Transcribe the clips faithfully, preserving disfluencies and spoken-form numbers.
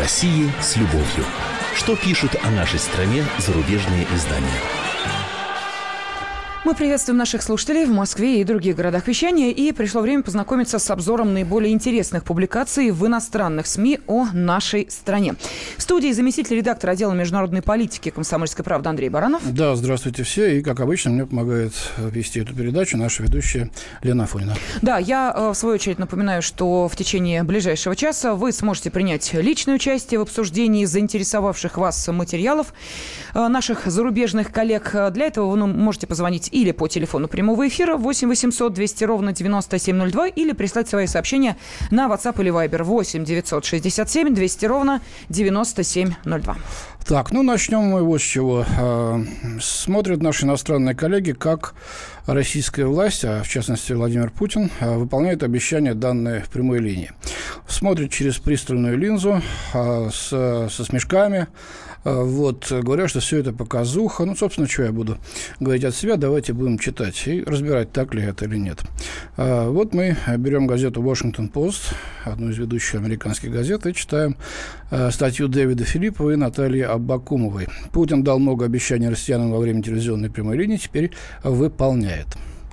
России с любовью. Что пишут о нашей стране зарубежные издания? Мы приветствуем наших слушателей в Москве и других городах вещания. И пришло время познакомиться с обзором наиболее интересных публикаций в иностранных СМИ о нашей стране. В студии заместитель редактора отдела международной политики «Комсомольской правды» Андрей Баранов. Да, здравствуйте все. И, как обычно, мне помогает вести эту передачу наша ведущая Лена Афонина. Да, я, в свою очередь, напоминаю, что в течение ближайшего часа вы сможете принять личное участие в обсуждении заинтересовавших вас материалов наших зарубежных коллег. Для этого вы можете позвонить или по телефону прямого эфира восемь восемьсот двести ровно девяносто семь ноль два или прислать свои сообщения на WhatsApp или Viber восемь девятьсот шестьдесят семь двести ровно девяносто семь ноль два. Так, ну начнем мы вот с чего. Смотрят наши иностранные коллеги, как российская власть, а в частности Владимир Путин, выполняет обещания, данные в прямой линии. Смотрят через пристальную линзу, со, со смешками. Вот, говорят, что все это показуха. Ну, собственно, что я буду говорить от себя, давайте будем читать и разбирать, так ли это или нет. Вот мы берем газету «Washington Post», одну из ведущих американских газет, и читаем статью Дэвида Филиппова и Натальи Аббакумовой. Путин дал много обещаний россиянам во время телевизионной прямой линии, теперь выполняет.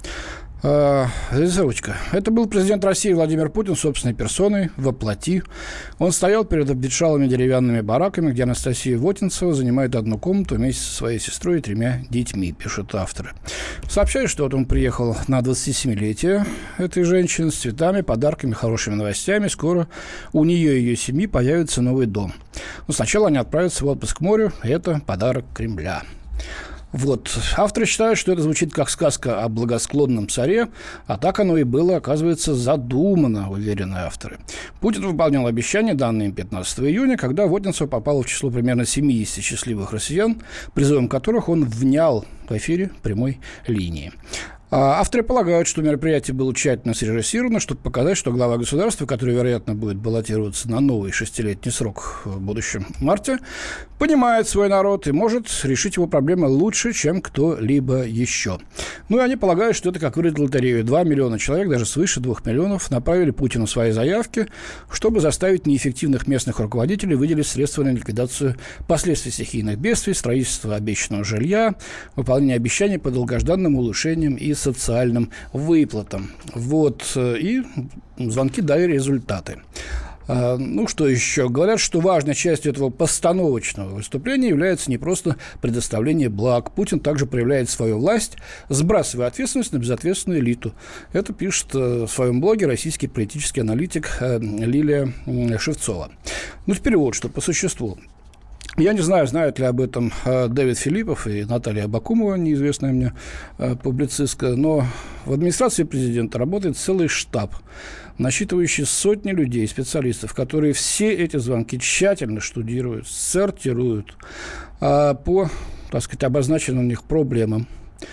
Зарисовочка. Это был президент России Владимир Путин собственной персоной, воплоти. Он стоял перед обветшалыми деревянными бараками, где Анастасия Вотинцева занимает одну комнату вместе со своей сестрой и тремя детьми, пишут авторы. Сообщают, что вот он приехал на двадцатисемилетие этой женщины с цветами, подарками, хорошими новостями. Скоро у нее и ее семьи появится новый дом. Но сначала они отправятся в отпуск к морю. Это подарок Кремля. Вот. Авторы считают, что это звучит как сказка о благосклонном царе, а так оно и было, оказывается, задумано, уверены авторы. Путин выполнял обещания, данные им пятнадцатого июня, когда Вотинцева попала в число примерно семьдесят счастливых россиян, призывом которых он внял в эфире прямой линии. Авторы полагают, что мероприятие было тщательно срежиссировано, чтобы показать, что глава государства, который, вероятно, будет баллотироваться на новый шестилетний срок в будущем марте, понимает свой народ и может решить его проблемы лучше, чем кто-либо еще. Ну и они полагают, что это как выиграть лотерею. Два миллиона человек, даже свыше двух миллионов, направили Путину свои заявки, чтобы заставить неэффективных местных руководителей выделить средства на ликвидацию последствий стихийных бедствий, строительство обещанного жилья, выполнение обещаний по долгожданным улучшениям и социальным выплатам. Вот. И звонки дали результаты. Ну, что еще? Говорят, что важной частью этого постановочного выступления является не просто предоставление благ. Путин также проявляет свою власть, сбрасывая ответственность на безответственную элиту. Это пишет в своем блоге российский политический аналитик Лилия Шевцова. Ну, теперь вот что по существу. Я не знаю, знают ли об этом Дэвид Филиппов и Наталья Аббакумова, неизвестная мне публицистка, но в администрации президента работает целый штаб, насчитывающий сотни людей, специалистов, которые все эти звонки тщательно штудируют, сортируют по, так сказать, обозначенным у них проблемам,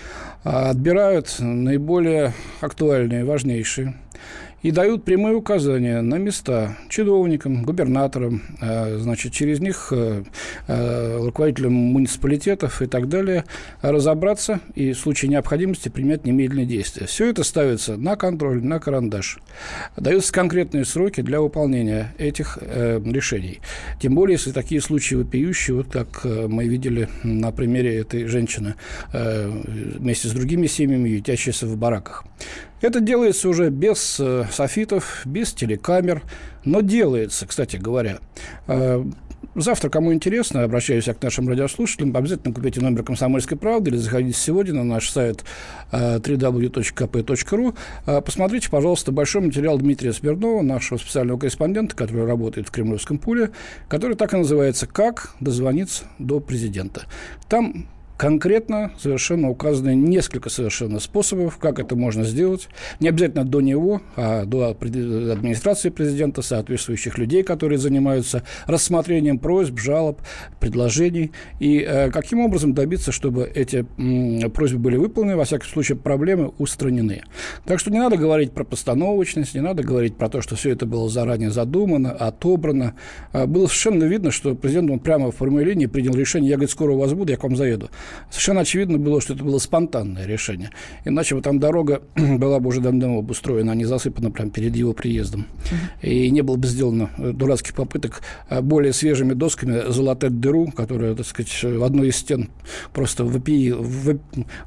отбирают наиболее актуальные, важнейшие, и дают прямые указания на места чиновникам, губернаторам, значит, через них руководителям муниципалитетов и так далее, разобраться и в случае необходимости принять немедленные действия. Все это ставится на контроль, на карандаш. Даются конкретные сроки для выполнения этих решений. Тем более, если такие случаи вопиющие, вот как мы видели на примере этой женщины вместе с другими семьями, ютящиеся в бараках. Это делается уже без э, софитов, без телекамер, но делается, кстати говоря. Э, завтра, кому интересно, обращаюсь к нашим радиослушателям, обязательно купите номер «Комсомольской правды» или заходите сегодня на наш сайт э, дабл ю дабл ю дабл ю точка ка пэ точка ру. Э, посмотрите, пожалуйста, большой материал Дмитрия Смирнова, нашего специального корреспондента, который работает в Кремлевском пуле, который так и называется «Как дозвониться до президента». Там конкретно совершенно указаны несколько совершенно способов, как это можно сделать. Не обязательно до него, а до администрации президента, соответствующих людей, которые занимаются рассмотрением просьб, жалоб, предложений. И э, каким образом добиться, чтобы эти м, просьбы были выполнены, во всяком случае, проблемы устранены. Так что не надо говорить про постановочность, не надо говорить про то, что все это было заранее задумано, отобрано. Было совершенно видно, что президент он прямо в прямой линии принял решение: я, говорит, скоро у вас буду, я к вам заеду. Совершенно очевидно было, что это было спонтанное решение. Иначе бы там дорога была бы уже давно обустроена, а не засыпана прямо перед его приездом. Mm-hmm. И не было бы сделано дурацких попыток более свежими досками залатать дыру, которая, так сказать, в одной из стен просто вопи... в,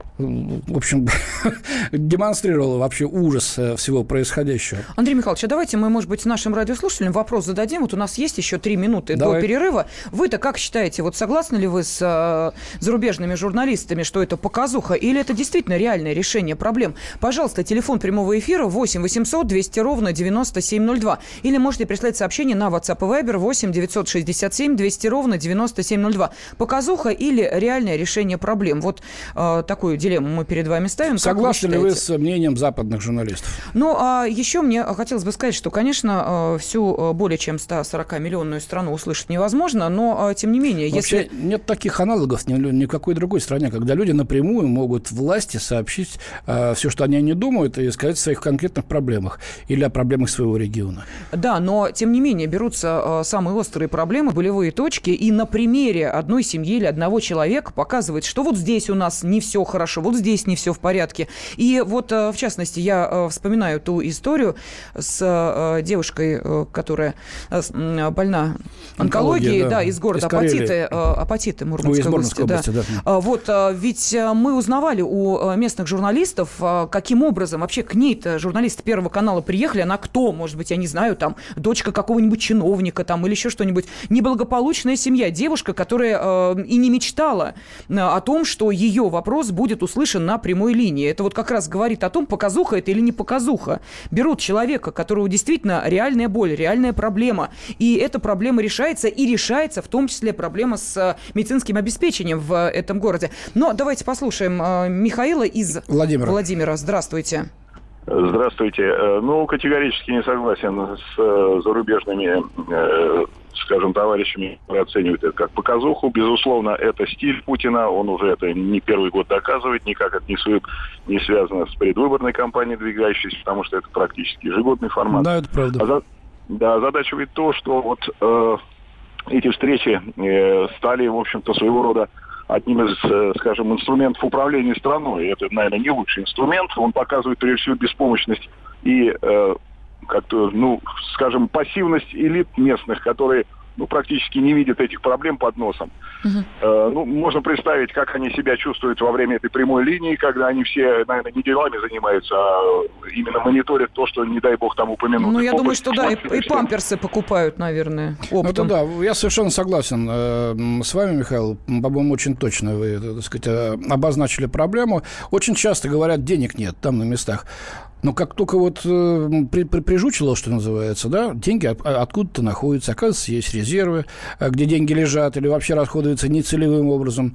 в общем, демонстрировала вообще ужас всего происходящего. Андрей Михайлович, а давайте мы, может быть, нашим радиослушателям вопрос зададим. Вот у нас есть еще три минуты Давай. до перерыва. Вы-то как считаете, вот согласны ли вы с э, зарубежными журналистами, что это показуха, или это действительно реальное решение проблем? Пожалуйста, телефон прямого эфира восемь восемьсот двести ровно девяносто семь ноль два. Или можете прислать сообщение на WhatsApp и Viber восемь девятьсот шестьдесят семь двести ровно девяносто семь ноль два. Показуха или реальное решение проблем? Вот э, такую дилемму мы перед вами ставим. Согласны ли вы с мнением западных журналистов? Ну, а еще мне хотелось бы сказать, что, конечно, всю более чем сто сорок миллионную страну услышать невозможно, но, тем не менее, вообще если... нет таких аналогов ни, ни в какой другой стране, когда люди напрямую могут власти сообщить э, все, что они не думают, и сказать о своих конкретных проблемах или о проблемах своего региона. Да, но, тем не менее, берутся э, самые острые проблемы, болевые точки, и на примере одной семьи или одного человека показывает, что вот здесь у нас не все хорошо, вот здесь не все в порядке. И вот, э, в частности, я э, вспоминаю ту историю с э, девушкой, э, которая э, больна онкологией, да, да, из города из Апатиты, э, Апатиты Мурманской ну, области. области да. Да. Вот, э, ведь мы узнавали у местных журналистов, э, каким образом вообще к ней-то журналисты Первого канала приехали, она кто, может быть, я не знаю, там, дочка какого-нибудь чиновника там, или еще что-нибудь. Неблагополучная семья, девушка, которая э, и не мечтала э, о том, что ее вопрос будет услышан на прямой линии. Это вот как раз говорит о том, показуха это или не показуха. Берут человека, у которого действительно реальная боль, реальная проблема, и эта проблема решается, и решается в том числе проблема с медицинским обеспечением в этом городе. Но давайте послушаем э, Михаила из Владимира. Владимира. Здравствуйте. Здравствуйте. Ну, категорически не согласен с э, зарубежными, э, скажем, товарищами, которые оценивают это как показуху. Безусловно, это стиль Путина. Он уже это не первый год доказывает. Никак это не, свы- не связано с предвыборной кампанией двигающейся, потому что это практически ежегодный формат. Да, это правда. А за... Да, задача ведь то, что вот э, эти встречи э, стали, в общем-то, своего рода одним из, скажем, инструментов управления страной. Это, наверное, не лучший инструмент. Он показывает, прежде всего, беспомощность и, э, как-то, ну, скажем, пассивность элит местных, которые, ну, практически не видят этих проблем под носом. Uh-huh. Э, ну, можно представить, как они себя чувствуют во время этой прямой линии, когда они все, наверное, не делами занимаются, а именно мониторят то, что, не дай бог, там упомянут. Ну, я Опыт, думаю, что да, и, и памперсы покупают, наверное, оптом. Ну, это да, я совершенно согласен э, с вами, Михаил. По-моему, очень точно вы, так сказать, обозначили проблему. Очень часто говорят, денег нет там на местах. Но как только вот э, при, при, прижучило, что называется, да, деньги от, откуда-то находятся, оказывается, есть резервы, где деньги лежат или вообще расходуются нецелевым образом,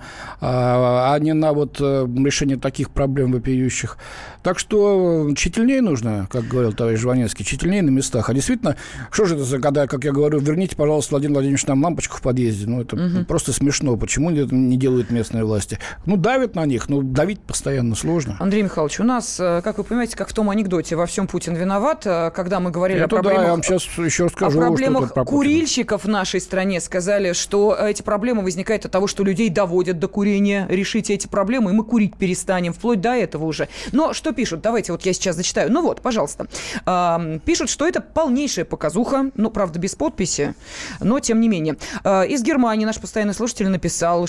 а, а не на вот решение таких проблем вопиющих. Так что тщательнее нужно, как говорил товарищ Жванецкий, тщательнее на местах. А действительно, что же это за, когда, как я говорю, верните, пожалуйста, Владимир Владимирович, нам лампочку в подъезде. Ну, это угу. просто смешно. Почему это не делают местные власти? Ну, давят на них, но давить постоянно сложно. Андрей Михайлович, у нас, как вы понимаете, как в том анекдоте «Во всем Путин виноват», когда мы говорили это о проблемах, да, я вам сейчас еще расскажу, о проблемах курильщиков в нашей стране, сказали, что эти проблемы возникают от того, что людей доводят до курения. Решите эти проблемы, и мы курить перестанем. Вплоть до этого уже. Но что пишут? Давайте вот я сейчас зачитаю. Ну вот, пожалуйста. Пишут, что это полнейшая показуха. Ну, правда, без подписи, но тем не менее. Из Германии наш постоянный слушатель написал,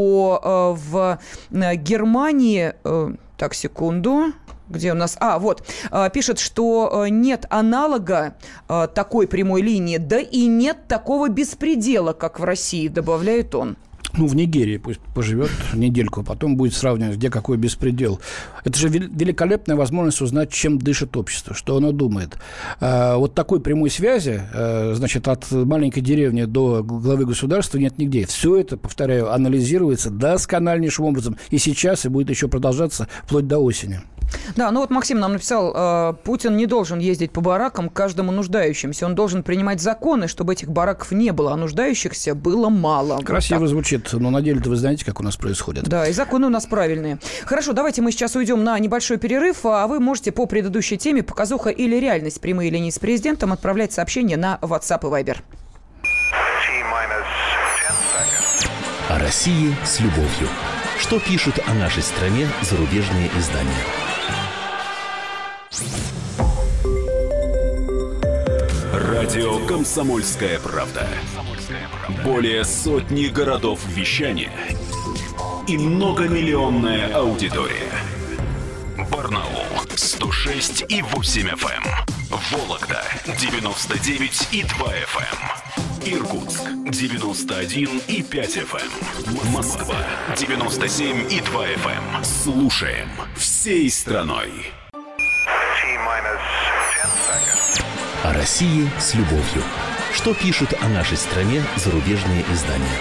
что в Германии... Так, секунду... Где у нас? А, вот. Пишет, что нет аналога такой прямой линии, да и нет такого беспредела, как в России, добавляет он. Ну, в Нигерии пусть поживет недельку, потом будет сравнивать, где какой беспредел. Это же великолепная возможность узнать, чем дышит общество, что оно думает. Вот такой прямой связи, значит, от маленькой деревни до главы государства нет нигде. Все это, повторяю, анализируется доскональнейшим образом. И сейчас, и будет еще продолжаться вплоть до осени. Да, ну вот Максим нам написал, э, Путин не должен ездить по баракам к каждому нуждающимся. Он должен принимать законы, чтобы этих бараков не было, а нуждающихся было мало. Красиво вот звучит, но на деле-то вы знаете, как у нас происходит. Да, и законы у нас правильные. Хорошо, давайте мы сейчас уйдем на небольшой перерыв, а вы можете по предыдущей теме «Показуха или реальность. Прямые линии с президентом» отправлять сообщения на WhatsApp и Viber. О России с любовью. Что пишут о нашей стране зарубежные издания? Радио «Комсомольская правда». Более сотни городов вещания и многомиллионная аудитория. Барнаул сто шесть и восемь эф эм, Вологда девяносто девять и два эф эм, Иркутск девяносто один и пять эф эм, Москва девяносто семь и два эф эм. Слушаем всей страной. О России с любовью. Что пишут о нашей стране зарубежные издания?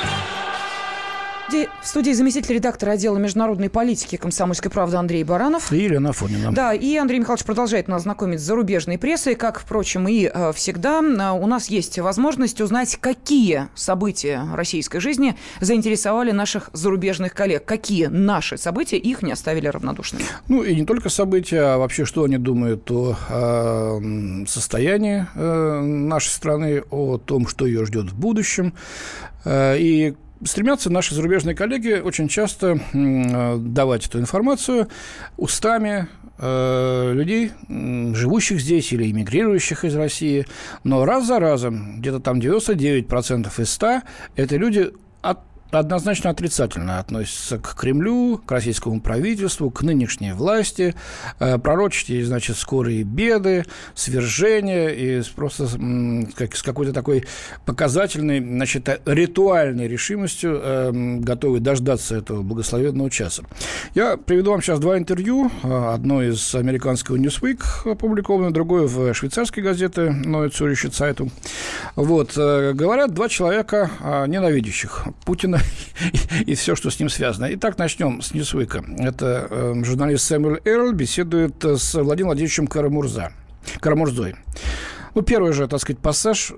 В студии заместитель редактора отдела международной политики «Комсомольской правды» Андрей Баранов. И Елена Афонина. Да, и Андрей Михайлович продолжает нас знакомить с зарубежной прессой. Как, впрочем, и э, всегда, э, у нас есть возможность узнать, какие события российской жизни заинтересовали наших зарубежных коллег. Какие наши события их не оставили равнодушными. Ну, и не только события, а вообще, что они думают о, о состоянии э, нашей страны, о том, что ее ждет в будущем. Э, и стремятся наши зарубежные коллеги очень часто э, давать эту информацию устами э, людей, э, живущих здесь или эмигрирующих из России. Но раз за разом, где-то там девяносто девять процентов из ста, это люди от однозначно отрицательно относятся к Кремлю, к российскому правительству, к нынешней власти, э, пророчат, значит, скорые беды, свержения, и просто как, с какой-то такой показательной, значит, ритуальной решимостью э, готовы дождаться этого благословенного часа. Я приведу вам сейчас два интервью. Одно из американского Newsweek опубликовано, другое в швейцарской газете Neue Zürcher Zeitung. Вот. Э, говорят два человека, э, ненавидящих Путина и, и все, что с ним связано. Итак, начнем с Ньюсвика. Это э, журналист Сэмюэл Эрл беседует с Владимиром Владимировичем Карамурза, Карамурзой. Ну, первый же, так сказать, пассаж,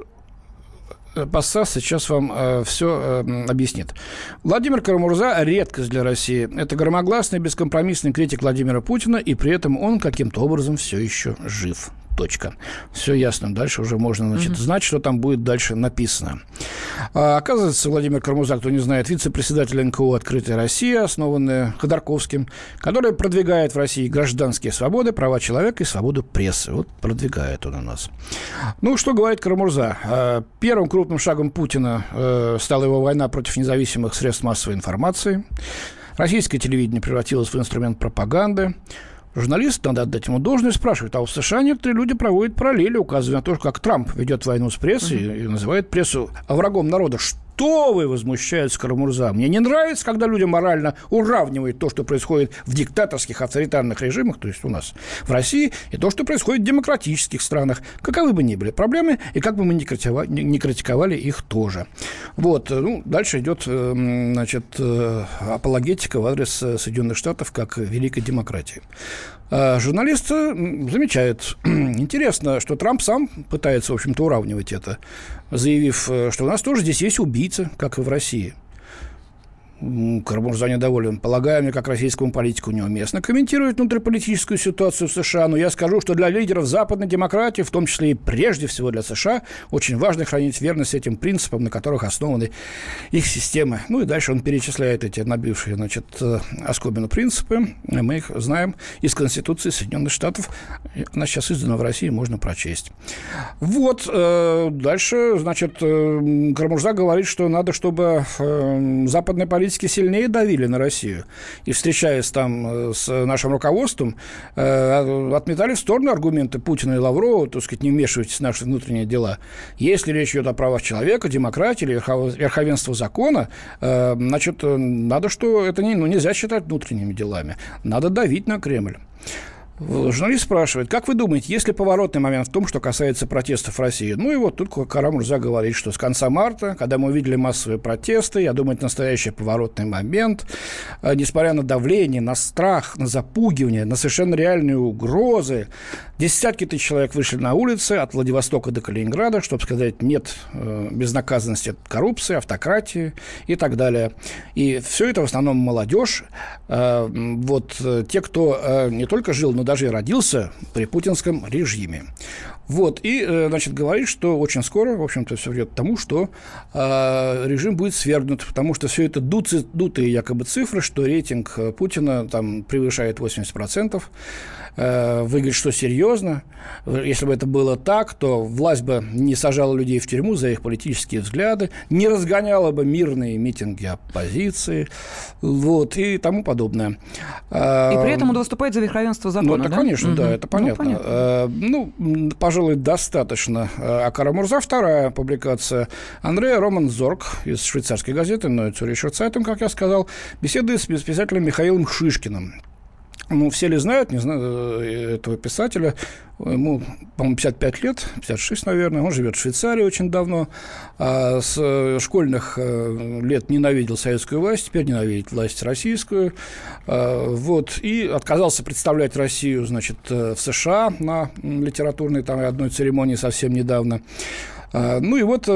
пассаж сейчас вам э, все э, объяснит. Владимир Карамурза – редкость для России. Это громогласный, бескомпромиссный критик Владимира Путина, и при этом он каким-то образом все еще жив. Точка. Все ясно. Дальше уже можно, значит, mm-hmm. знать, что там будет дальше написано. А, оказывается, Владимир Карамурза, кто не знает, вице-председатель эн ка о «Открытая Россия», основанная Ходорковским, которая продвигает в России гражданские свободы, права человека и свободу прессы. Вот продвигает он у нас. Ну, что говорит Карамурза? Первым крупным шагом Путина стала его война против независимых средств массовой информации. Российское телевидение превратилось в инструмент пропаганды. Журналист, надо отдать ему должное, спрашивает, а в США некоторые люди проводят параллели, указывая на то, как Трамп ведет войну с прессой uh-huh. и, и называет прессу врагом народа. Что вы, возмущается Карамурза? Мне не нравится, когда люди морально уравнивают то, что происходит в диктаторских, авторитарных режимах, то есть у нас в России, и то, что происходит в демократических странах. Каковы бы ни были проблемы, и как бы мы ни критиковали, не критиковали их тоже. Вот. Ну, дальше идет, значит, апологетика в адрес Соединенных Штатов как великой демократии. А журналист замечает, интересно, что Трамп сам пытается, в общем-то, уравнивать это, заявив, что у нас тоже здесь есть убийцы, как и в России. Карамурза недоволен. Полагаю, мне, как российскому политику, неуместно комментировать внутриполитическую ситуацию в США, но я скажу, что для лидеров западной демократии, в том числе и прежде всего для США, очень важно хранить верность этим принципам, на которых основаны их системы. Ну и дальше он перечисляет эти набившие, значит, оскомину принципы. Мы их знаем из Конституции Соединенных Штатов. Она сейчас издана в России, можно прочесть. Вот. Дальше, значит, Карамурза говорит, что надо, чтобы западная политика сильнее давили на Россию. И, встречаясь там с нашим руководством, э, отметали в сторону аргументы Путина и Лаврова, так сказать, не вмешивайтесь в наши внутренние дела. Если речь идет о правах человека, демократии или верховенстве закона, э, значит, надо, что это не, ну, нельзя считать внутренними делами. Надо давить на Кремль. Журналист спрашивает, как вы думаете, есть ли поворотный момент в том, что касается протестов в России? Ну и вот тут Карамурза говорит, что с конца марта, когда мы увидели массовые протесты, я думаю, это настоящий поворотный момент, несмотря на давление, на страх, на запугивание, на совершенно реальные угрозы, десятки тысяч человек вышли на улицы от Владивостока до Калининграда, чтобы сказать нет безнаказанности коррупции, автократии и так далее. И все это в основном молодежь, вот те, кто не только жил на даже и родился при путинском режиме. Вот, и, значит, говорит, что очень скоро, в общем-то, все идет к тому, что э, режим будет свергнут, потому что все это дуцы, дутые якобы цифры, что рейтинг Путина там превышает восемьдесят процентов. Э, выглядит, что серьезно. Если бы это было так, то власть бы не сажала людей в тюрьму за их политические взгляды, не разгоняла бы мирные митинги оппозиции, вот, и тому подобное. И при этом он выступает за верховенство закона, ну, это, да? конечно, угу. да, это понятно. Ну, понятно. Ну, пожалуй, достаточно о Кара-Мурза. Вторая публикация Андрея Роман-Зорг из швейцарской газеты «Neue Zürcher Zeitung», как я сказал, беседует с писателем Михаилом Шишкиным. Ну, все ли знают, не знаю, этого писателя, ему, по-моему, пятьдесят пять лет, пятьдесят шесть, наверное, он живет в Швейцарии очень давно, а с школьных лет ненавидел советскую власть, теперь ненавидит власть российскую, вот, и отказался представлять Россию, значит, в США на литературной там одной церемонии совсем недавно. Ну и вот...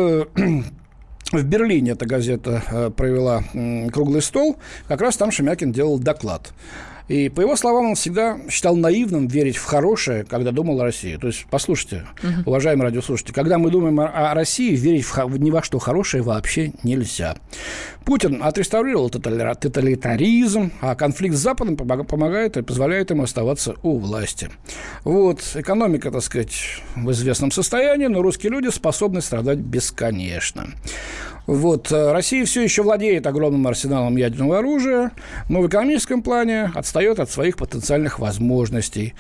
В Берлине эта газета провела круглый стол, как раз там Шемякин делал доклад. И, по его словам, он всегда считал наивным верить в хорошее, когда думал о России. То есть, послушайте, uh-huh. уважаемые радиослушатели, когда мы думаем о России, верить в ни во что хорошее вообще нельзя. Путин отреставрировал тоталитаризм, а конфликт с Западом помогает и позволяет ему оставаться у власти. Вот, экономика, так сказать, в известном состоянии, но русские люди способны страдать бесконечно. Вот, Россия все еще владеет огромным арсеналом ядерного оружия, но в экономическом плане отстает от своих потенциальных возможностей.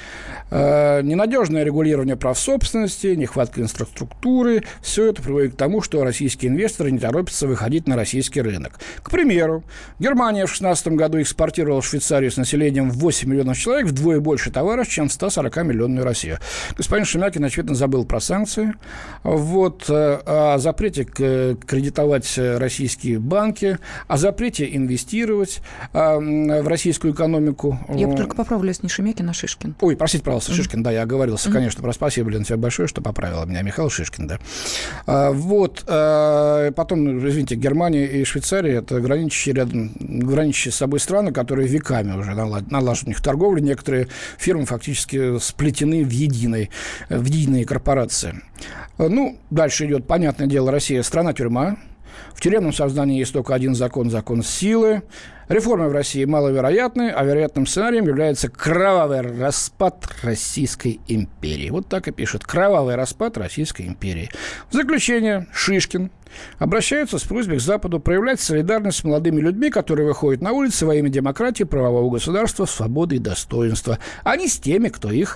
Э, ненадежное регулирование прав собственности, нехватка инфраструктуры – все это приводит к тому, что российские инвесторы не торопятся выходить на российский рынок. К примеру, Германия в две тысячи шестнадцатом году экспортировала в Швейцарию с населением в восемь миллионов человек вдвое больше товаров, чем сто сорокамиллионную Россию. Господин Шемякин, очевидно, забыл про санкции. Вот, о запрете кредитовать российские банки, о запрете инвестировать а, в российскую экономику. Я бы только поправлю, если не Шемякин, а Шишкин. Ой, простите, пожалуйста, Шишкин, mm-hmm. да, я оговорился, mm-hmm. конечно, про спасибо, Лена, тебе большое, что поправила меня, Михаил Шишкин, да. А, вот, а, потом, извините, Германия и Швейцария, это граничащие рядом, граничащие с собой страны, которые веками уже налажена у них торговля, некоторые фирмы фактически сплетены в единой, в единые корпорации. Ну, дальше идет, понятное дело, Россия страна-тюрьма. В тюремном создании есть только один закон – закон силы. Реформы в России маловероятны, а вероятным сценарием является кровавый распад Российской империи. Вот так и пишет. Кровавый распад Российской империи. В заключение Шишкин обращается с просьбой к Западу проявлять солидарность с молодыми людьми, которые выходят на улицы во имя демократии, правового государства, свободы и достоинства, а не с теми, кто их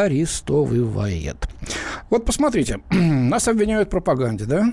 арестовывает. Вот посмотрите, нас обвиняют в пропаганде, да?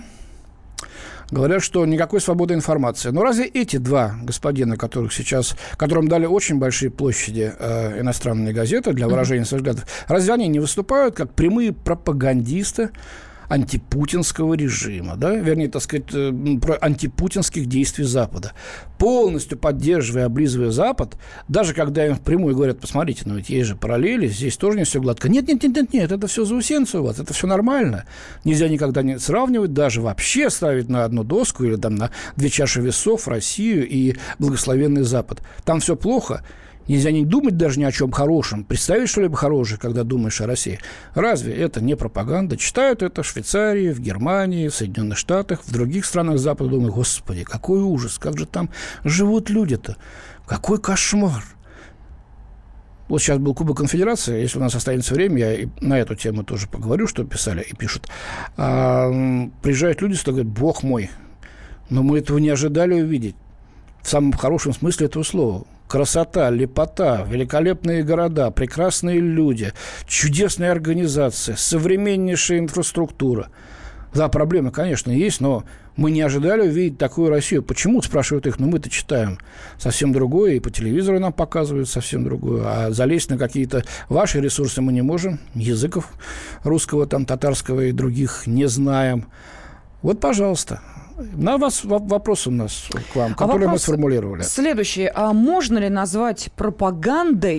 Говорят, что никакой свободы информации. Но разве эти два господина, которых сейчас, которым дали очень большие площади э, иностранные газеты для выражения своих взглядов, разве они не выступают как прямые пропагандисты антипутинского режима, да? Вернее, так сказать, э, про антипутинских действий Запада, полностью поддерживая и облизывая Запад, даже когда им впрямую говорят: посмотрите, ну ведь есть же параллели, здесь тоже не все гладко. Нет, нет, нет, нет, нет, это все заусенцы у вас, это все нормально. Нельзя никогда не сравнивать, даже вообще ставить на одну доску или там на две чаши весов Россию и благословенный Запад. Там все плохо. Нельзя не думать даже ни о чем хорошем. Представить что-либо хорошее, когда думаешь о России. Разве это не пропаганда? Читают это в Швейцарии, в Германии, в Соединенных Штатах, в других странах Запада. Думаю, господи, какой ужас, как же там живут люди-то. Какой кошмар. Вот сейчас был Кубок Конфедерации. Если у нас останется время, я и на эту тему тоже поговорю, что писали и пишут. А, приезжают люди, что говорят: бог мой, но мы этого не ожидали увидеть. В самом хорошем смысле этого слова. Красота, лепота, великолепные города, прекрасные люди, чудесная организация, современнейшая инфраструктура. Да, проблемы, конечно, есть, но мы не ожидали увидеть такую Россию. Почему, спрашивают их, ну мы-то читаем совсем другое, и по телевизору нам показывают совсем другое, а залезть на какие-то ваши ресурсы мы не можем, языков русского, там, татарского и других не знаем. Вот, пожалуйста. На вас вопрос у нас к вам, который а мы сформулировали. Следующий. А можно ли назвать пропагандой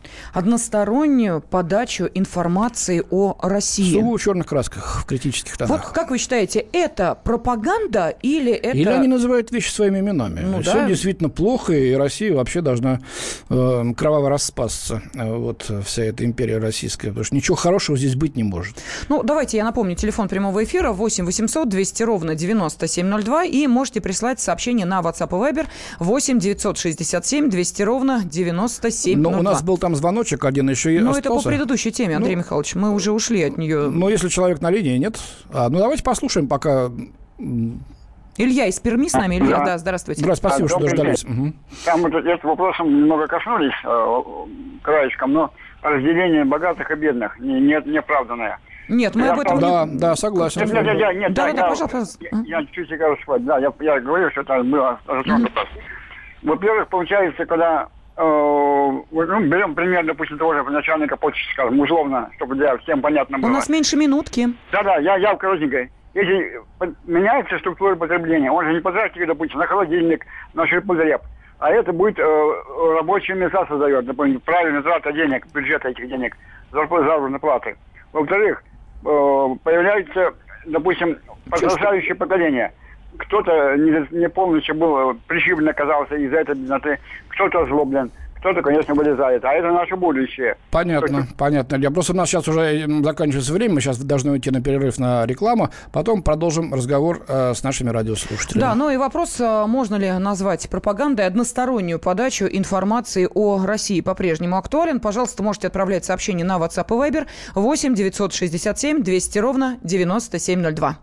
Одностороннюю подачу информации о России. Сугубо в черных красках, в критических тонах. Вот как вы считаете, это пропаганда или это... Или они называют вещи своими именами. Ну, Все да. действительно плохо, и Россия вообще должна э, кроваво распасться. Вот вся эта империя российская. Потому что ничего хорошего здесь быть не может. Ну, давайте я напомню, телефон прямого эфира восемь восемьсот двести ровно девяносто семь ноль два, и можете прислать сообщение на WhatsApp и Viber восемь девятьсот шестьдесят семь двести ровно девяносто семь ноль два. Но у нас был там звоночек один еще и Ну, остался. это по предыдущей теме, Андрей ну, Михайлович. Мы уже ушли от нее. Но если человек на линии, нет. А, ну, давайте послушаем, пока... Илья из Перми с нами. Илья, да, да здравствуйте. Здравствуйте, спасибо, А, что добрый дождались. Угу. Там вот этим вопросом немного коснулись э, краешком, но разделение богатых и бедных не, не, неоправданное. Нет, мы Я об этом... Да, не... да, согласен. Нет, нет, нет, нет, Да, да, да, я, пожалуйста. Я, я чуть-чуть рассказать. Да, я, я говорю, что это было затронуто. Mm-hmm. Во-первых, получается, когда э, ну, берем пример, допустим, того же начальника почты, скажем, условно, чтобы для всем понятно было. У нас меньше минутки. Да-да, я, я в коротенькой. Если меняется структура потребления, он же не потратит, допустим, на холодильник, на ширпотреб, а это будет э, рабочие места создает, например, правильная трата денег, бюджета этих денег, зарплаты, заработной платы. Во-вторых, э, появляется, допустим, подрастающее поколение. Кто-то не, не полностью был пришиблен, оказался из-за этой бедноты, кто-то озлоблен, кто-то, конечно, вылезает. А это наше будущее. Понятно, Только... понятно. Я просто у нас сейчас уже заканчивается время, мы сейчас должны уйти на перерыв на рекламу, потом продолжим разговор э, с нашими радиослушателями. Да, ну и вопрос, можно ли назвать пропагандой одностороннюю подачу информации о России, по-прежнему актуален. Пожалуйста, можете отправлять сообщение на WhatsApp и Viber восемь девятьсот шестьдесят семь двести ровно девяносто семь ноль два.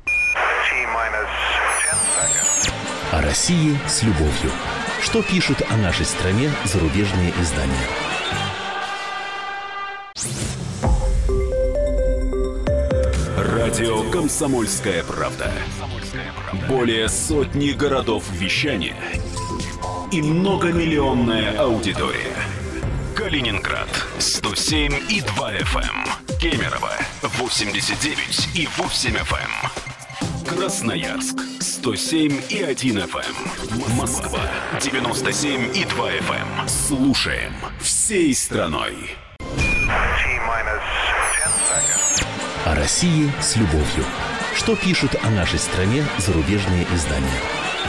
О России с любовью. Что пишут о нашей стране зарубежные издания? Радио «Комсомольская правда». Более сотни городов вещания и многомиллионная аудитория. Калининград сто семь и два эф эм, Кемерово восемьдесят девять и восемь эф эм, Красноярск сто семь и один эф эм, Москва девяносто семь и два эф эм. Слушаем всей страной. О России с любовью. Что пишут о нашей стране зарубежные издания?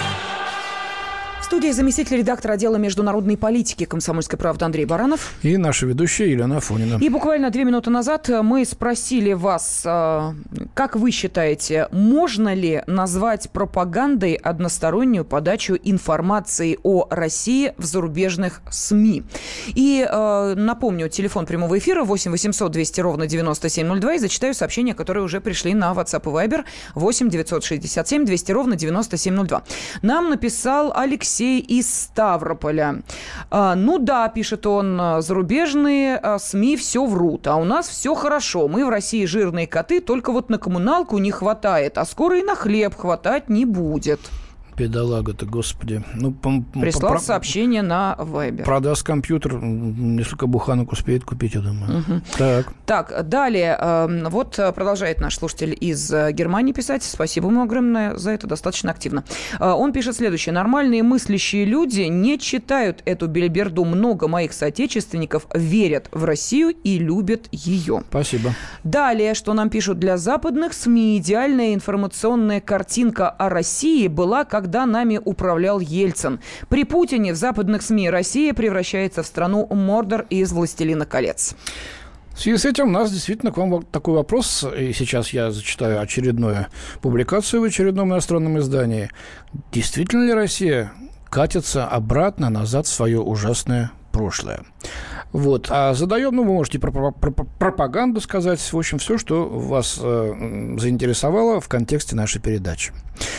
В студии заместитель редактора отдела международной политики «Комсомольской правды» Андрей Баранов. И наша ведущая Елена Афонина. И буквально две минуты назад мы спросили вас, как вы считаете, можно ли назвать пропагандой одностороннюю подачу информации о России в зарубежных СМИ? И напомню, телефон прямого эфира восемь восемьсот двести ровно девяносто семь ноль два, и зачитаю сообщения, которые уже пришли на WhatsApp и Viber восемь девятьсот шестьдесят семь двести ровно девяносто семь ноль два. Нам написал Алексей из Ставрополя. А, ну да, пишет он, зарубежные а, СМИ все врут, а у нас все хорошо. Мы в России жирные коты, только вот на коммуналку не хватает, а скоро и на хлеб хватать не будет. Бедолага-то, господи. Ну, Прислал по- сообщение на Viber. Продаст компьютер, несколько буханок успеет купить, я думаю. Угу. Так. Так, далее. Вот продолжает наш слушатель из Германии писать. Спасибо ему огромное за это, достаточно активно. Он пишет следующее. Нормальные мыслящие люди не читают эту бельберду. Много моих соотечественников верят в Россию и любят ее. Спасибо. Далее, что нам пишут. Для западных СМИ идеальная информационная картинка о России была, когда нами управлял Ельцин. При Путине в западных СМИ Россия превращается в страну Мордор из «Властелина колец». В связи с этим у нас действительно к вам такой вопрос, и сейчас я зачитаю очередную публикацию в очередном иностранном издании. Действительно ли Россия катится обратно назад в свое ужасное прошлое? Вот. А задаем, ну, вы можете про, про, про пропаганду сказать, в общем, все, что вас э, заинтересовало в контексте нашей передачи.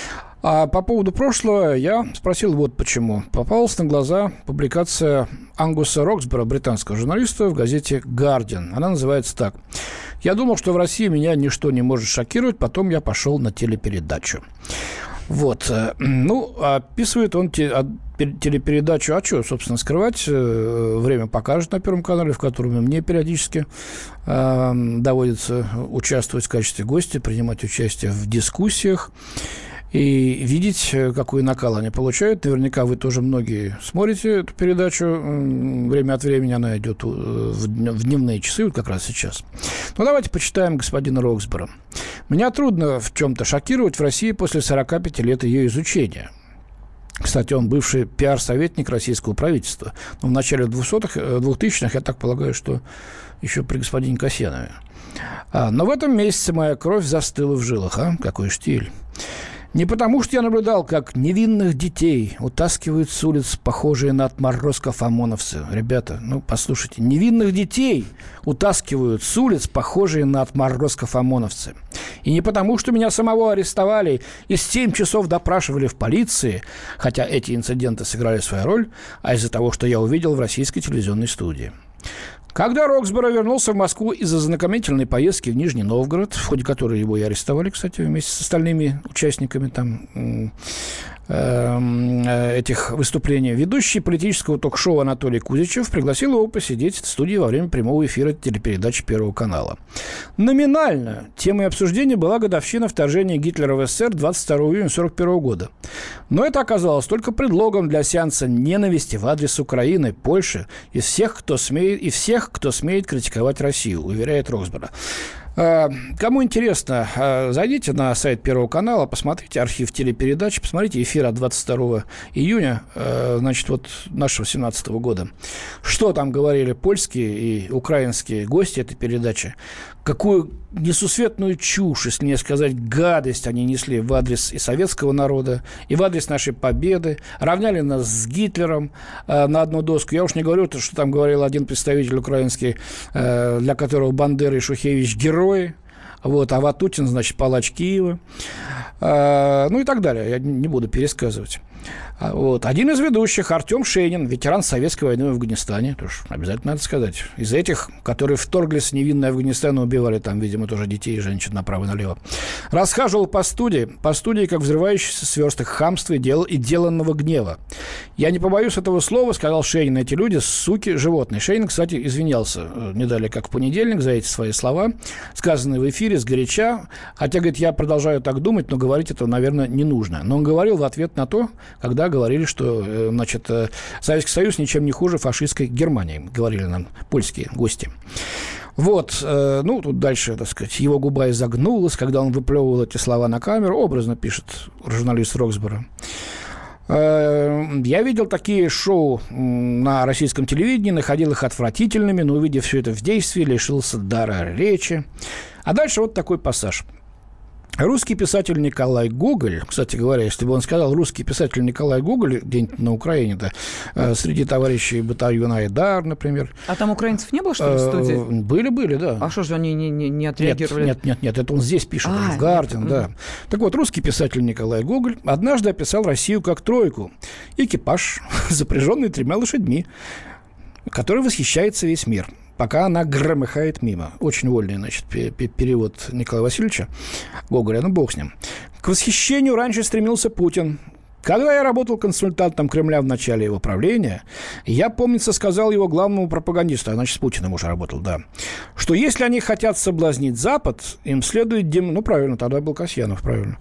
А по поводу прошлого я спросил вот почему. Попалась на глаза публикация Ангуса Роксбора, британского журналиста, в газете «Гардиан». Она называется так. «Я думал, что в России меня ничто не может шокировать, потом я пошел на телепередачу». Вот. Ну, описывает он телепередачу, а что, собственно, скрывать? Время покажет на Первом канале, в котором мне периодически э, доводится участвовать в качестве гостя, принимать участие в дискуссиях. и видеть, какой накал они получают. Наверняка вы тоже многие смотрите эту передачу. Время от времени она идет в дневные часы, вот как раз сейчас. Ну, давайте почитаем господина Роксбора. «Меня трудно в чем-то шокировать в России после сорока пяти лет ее изучения». Кстати, он бывший пиар-советник российского правительства. Но в начале двухтысячных, я так полагаю, что еще при господине Касьянове. А, но в этом месяце моя кровь застыла в жилах. А? Какой штиль. Не потому, что я наблюдал, как невинных детей утаскивают с улиц похожие на отморозков ОМОНовцы. Ребята, ну, послушайте, невинных детей утаскивают с улиц похожие на отморозков ОМОНовцы. И не потому, что меня самого арестовали и семь часов допрашивали в полиции, хотя эти инциденты сыграли свою роль, а из-за того, что я увидел в российской телевизионной студии. Когда Роксборо вернулся в Москву из-за знакомительной поездки в Нижний Новгород, в ходе которой его и арестовали, кстати, вместе с остальными участниками там, э, этих выступлений, ведущий политического ток-шоу Анатолий Кузичев пригласил его посидеть в студии во время прямого эфира телепередачи Первого канала. Номинально темой обсуждения была годовщина вторжения Гитлера в СССР двадцать второго июня сорок первого года. Но это оказалось только предлогом для сеанса ненависти в адрес Украины, Польши и всех, кто смеет, и всех, кто смеет критиковать Россию, уверяет Роксборо. Кому интересно, зайдите на сайт Первого канала, посмотрите архив телепередач, посмотрите эфир от двадцать второго июня, значит, вот нашего семнадцатого года. Что там говорили польские и украинские гости этой передачи? Какую несусветную чушь, если не сказать гадость, они несли в адрес и советского народа, и в адрес нашей победы. Равняли нас с Гитлером э, на одну доску. Я уж не говорю, что там говорил один представитель украинский, э, для которого Бандера и Шухевич герои. Вот, а Ватутин, значит, палач Киева. Э, ну и так далее. Я не буду пересказывать. Вот. Один из ведущих, Артем Шейнин, ветеран советской войны в Афганистане, тоже обязательно надо сказать, из этих, которые вторглись в невинный Афганистан и убивали там, видимо, тоже детей и женщин направо и налево, расхаживал по студии, по студии, как взрывающийся сверсток хамства и, дел, и деланного гнева. Я не побоюсь этого слова, сказал Шейнин, эти люди, суки, животные. Шейнин, кстати, извинялся не далее, как в понедельник, за эти свои слова, сказанные в эфире сгоряча, хотя, говорит, я продолжаю так думать, но говорить этого, наверное, не нужно. Но он говорил в ответ на то, когда говорили, что, значит, Советский Союз ничем не хуже фашистской Германии, говорили нам польские гости. Вот, ну, тут дальше, так сказать, его губа изогнулась, когда он выплевывал эти слова на камеру, образно пишет журналист Роксборо. Я видел такие шоу на российском телевидении, находил их отвратительными, но, увидев все это в действии, лишился дара речи. А дальше вот такой пассаж. Русский писатель Николай Гоголь, кстати говоря, если бы он сказал русский писатель Николай Гоголь где-нибудь на Украине, да, среди товарищей батальона Айдар, например. А там украинцев не было, что ли, в студии? Были, были, да. А что же они не, не, не отреагировали? Нет, нет, нет, это он здесь пишет, а, в «Гардиан», да. Mm-hmm. Так вот, русский писатель Николай Гоголь однажды описал Россию как тройку. Экипаж, запряженный тремя лошадьми, который восхищается весь мир, пока она громыхает мимо. Очень вольный, значит, перевод Николая Васильевича Гоголя, ну, бог с ним. К восхищению раньше стремился Путин. Когда я работал консультантом Кремля в начале его правления, я, помнится, сказал его главному пропагандисту, а значит, с Путиным уже работал, да, что если они хотят соблазнить Запад, им следует... Дем... Ну, правильно, тогда был Касьянов, правильно.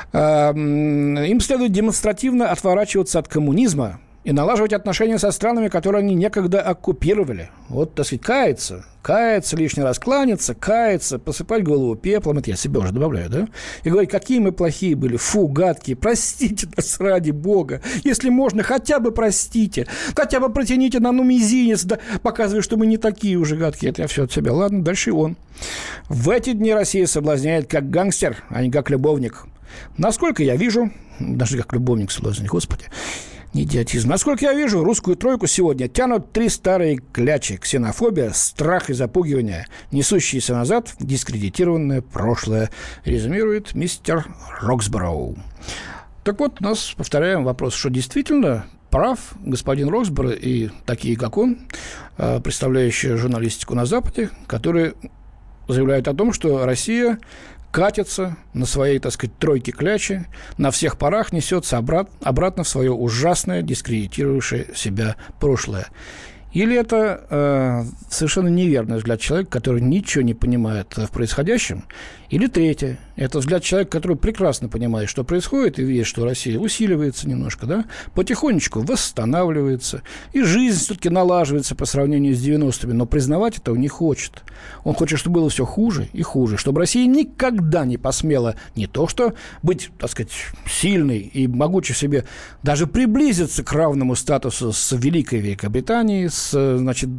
Uh-huh. Им следует демонстративно отворачиваться от коммунизма и налаживать отношения со странами, которые они некогда оккупировали. Вот, так сказать, каяться, каяться, лишний раз кланяться, каяться, посыпать голову пеплом, это я себе уже добавляю, да? И говорить, какие мы плохие были, фу, гадкие, простите нас ради Бога, если можно, хотя бы простите, хотя бы протяните нам ну мизинец, да, показывая, что мы не такие уже гадкие, это я все от себя. Ладно, дальше он. В эти дни Россия соблазняет как гангстер, а не как любовник. Насколько я вижу, даже как любовник соблазняет, господи, идиотизм. Насколько я вижу, русскую тройку сегодня тянут три старые клячи: ксенофобия, страх и запугивание, несущиеся назад в дискредитированное прошлое, резюмирует мистер Роксборо. Так вот, у нас, повторяем, вопрос, что действительно прав господин Роксборо и такие, как он, представляющие журналистику на Западе, которые заявляют о том, что Россия катится на своей, так сказать, тройке клячи, на всех парах несется обрат, обратно в свое ужасное, дискредитирующее себя прошлое. Или это э, совершенно неверный взгляд человека, который ничего не понимает в происходящем. Или третье. Это взгляд человека, который прекрасно понимает, что происходит, и видит, что Россия усиливается немножко, да, потихонечку восстанавливается, и жизнь все-таки налаживается по сравнению с девяностыми, но признавать этого не хочет. Он хочет, чтобы было все хуже и хуже, чтобы Россия никогда не посмела не то что быть, так сказать, сильной и могучей в себе, даже приблизиться к равному статусу с Великой Великобританией, с, значит,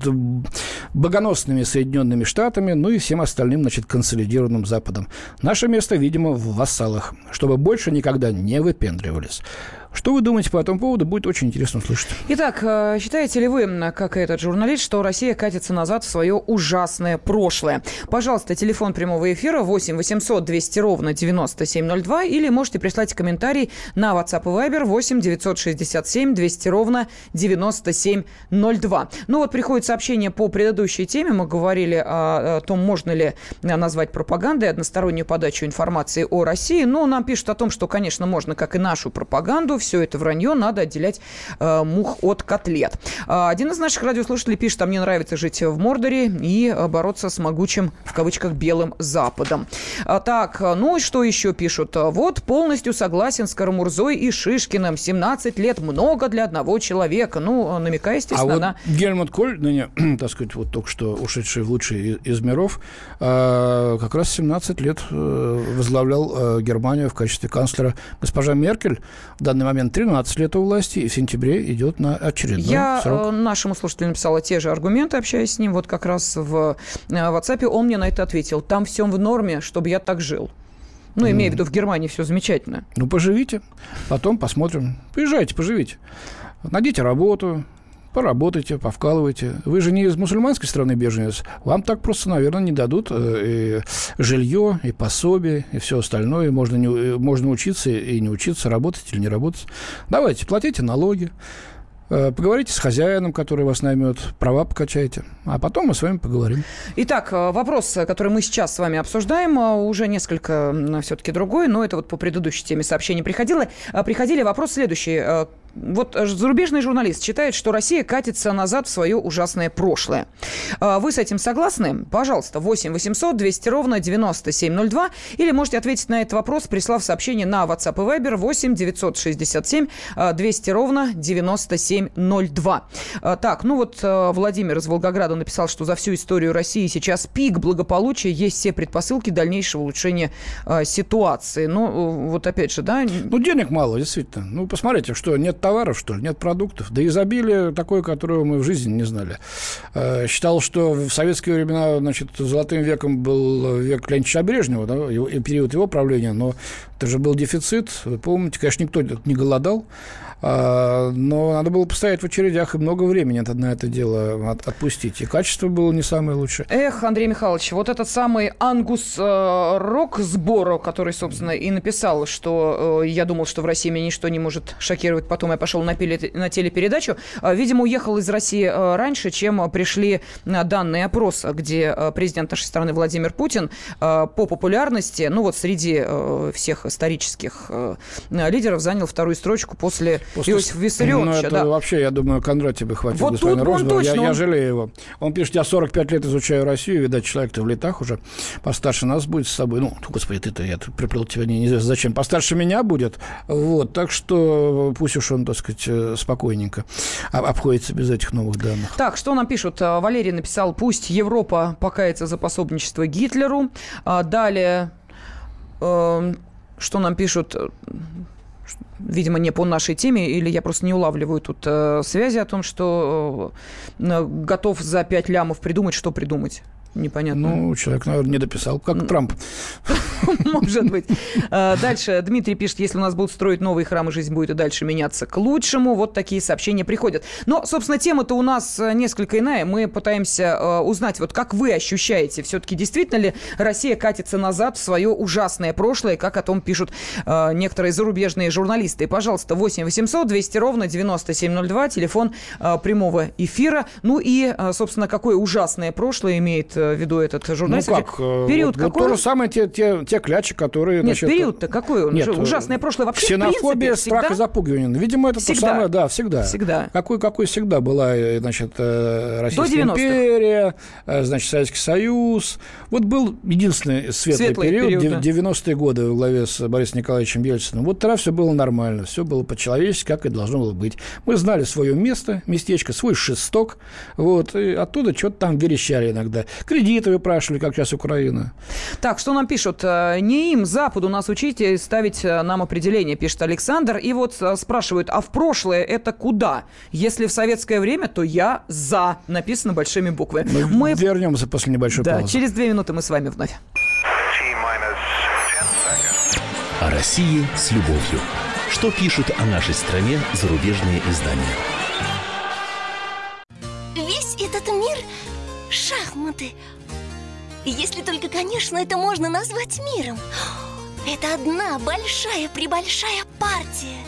богоносными Соединенными Штатами, ну и всем остальным, значит, консолидированным Западом. Наше место, видимо, в вассалах, чтобы больше никогда не выпендривались. Что вы думаете по этому поводу? Будет очень интересно услышать. Итак, считаете ли вы, как этот журналист, что Россия катится назад в свое ужасное прошлое? Пожалуйста, телефон прямого эфира восемь восемьсот двести ровно девяносто семь ноль два или можете прислать комментарий на WhatsApp и Viber восемь девятьсот шестьдесят семь двести ровно девяносто семь ноль два. Ну вот приходит сообщение по предыдущей теме. Мы говорили о том, можно ли назвать пропагандой одностороннюю подачу информации о России. Но нам пишут о том, что, конечно, можно, как и нашу пропаганду. Все это вранье, надо отделять э, мух от котлет. А, один из наших радиослушателей пишет, а мне нравится жить в Мордоре и бороться с могучим, в кавычках, белым Западом. А, так, ну и что еще пишут? Вот, полностью согласен с Карамурзой и Шишкиным. семнадцать лет много для одного человека. Ну, намекая, естественно, а на... вот Гельмут Коль, ныне, так сказать, вот только что ушедший в лучший из миров, э, как раз семнадцать лет э, возглавлял э, Германию в качестве канцлера. Госпожа Меркель в данный момент тринадцать лет у власти, и в сентябре идет на очередной Я срок. Я нашему слушателю написала те же аргументы, общаясь с ним. Вот как раз в WhatsApp он мне на это ответил. Там все в норме, чтобы я так жил. Ну, имея mm. в виду, в Германии все замечательно. Ну, поживите, потом посмотрим. Приезжайте, поживите. Найдите работу, поработайте, повкалывайте. Вы же не из мусульманской страны беженец. Вам так просто, наверное, не дадут и жилье, и пособие, и все остальное. Можно, не, можно учиться и не учиться, работать или не работать. Давайте, платите налоги. Поговорите с хозяином, который вас наймет, права покачайте, а потом мы с вами поговорим. Итак, вопрос, который мы сейчас с вами обсуждаем, уже несколько все-таки другой, но это вот по предыдущей теме сообщение приходило. Приходили вопрос следующий. Вот зарубежный журналист считает, что Россия катится назад в свое ужасное прошлое. Вы с этим согласны? Пожалуйста, восемь восемьсот двести ровно девяносто семь ноль два. Или можете ответить на этот вопрос, прислав сообщение на WhatsApp и Viber восемь девятьсот шестьдесят семь двести ровно девяносто семь ноль два. Так, ну вот Владимир из Волгограда написал, что за всю историю России сейчас пик благополучия, есть все предпосылки дальнейшего улучшения ситуации. Ну, вот опять же, да? Ну, денег мало, действительно. Ну, посмотрите, что нет товаров, что ли, нет продуктов. Да изобилие такое, которого мы в жизни не знали. Считал, что в советские времена, значит, золотым веком был век Леонида Брежнева, да, и период его правления, но это же был дефицит. Вы помните, конечно, никто не голодал, но надо было постоять в очередях и много времени на это дело отпустить. И качество было не самое лучшее. Эх, Андрей Михайлович, вот этот самый Ангус э, Роксборо, который, собственно, и написал, что э, я думал, что в России меня ничто не может шокировать, потом я пошел на, пеле, на телепередачу, э, видимо, уехал из России э, раньше, чем пришли данные опроса, где э, президент нашей страны Владимир Путин э, по популярности, ну вот среди э, всех исторических э, лидеров занял вторую строчку после... После... Иосифа Виссарионовича, ну, это да. Вообще, я думаю, Кондратья бы хватило вот господина Розанова. Я, точно, я он... жалею его. Он пишет, я сорок пять лет изучаю Россию, видать, человек-то в летах уже. Постарше нас будет с собой. Ну, господи, ты-то, я приплел тебя неизвестно зачем. Постарше меня будет. Вот, так что пусть уж он, так сказать, спокойненько обходится без этих новых данных. Так, что нам пишут? Валерий написал, пусть Европа покается за пособничество Гитлеру. Далее, э, что нам пишут... Видимо, не по нашей теме, или я просто не улавливаю тут э, связи о том, что э, готов за пять лямов придумать, что придумать. Непонятно. Ну, человек, наверное, не дописал, как Трамп. Может быть. Дальше Дмитрий пишет, если у нас будут строить новые храмы, жизнь будет и дальше меняться к лучшему. Вот такие сообщения приходят. Но, собственно, тема-то у нас несколько иная. Мы пытаемся узнать, вот как вы ощущаете, все-таки действительно ли Россия катится назад в свое ужасное прошлое, как о том пишут некоторые зарубежные журналисты. И, пожалуйста, восемь восемьсот двести ровно девяносто семь ноль два, телефон прямого эфира. Ну и, собственно, какое ужасное прошлое имеет в виду этот журналист. Ну как? Период вот, какой? Вот то же самое, те, те, те клячи, которые... Нет, значит, период-то какой он? Нет, ужасное прошлое вообще, ксенофобия, в принципе, страх всегда? и запугивание. Видимо, это Всегда. то самое, да, всегда. Всегда. Какой, какой всегда была, значит, Российская До девяностых. империя, значит, Советский Союз. Вот был единственный светлый, Светлый период, период, да. девяностые годы во главе с Борисом Николаевичем Ельциным. Вот тогда все было нормально, все было по-человечески, как и должно было быть. Мы знали свое место, местечко, свой шесток, вот, и оттуда что-то там верещали иногда. Кредиты выпрашивали, как сейчас Украина. Так, что нам пишут? Не им, Западу, нас учить и ставить нам определение, пишет Александр. И вот спрашивают, а в прошлое это куда? Если в советское время, то я за. Написано большими буквами. Мы, Мы... вернемся после небольшой да, паузы. через две минуты мы с вами вновь. О России с любовью. Что пишут о нашей стране зарубежные издания? Весь этот мир – шахматы. Если только, конечно, это можно назвать миром. Это одна большая-пребольшая партия.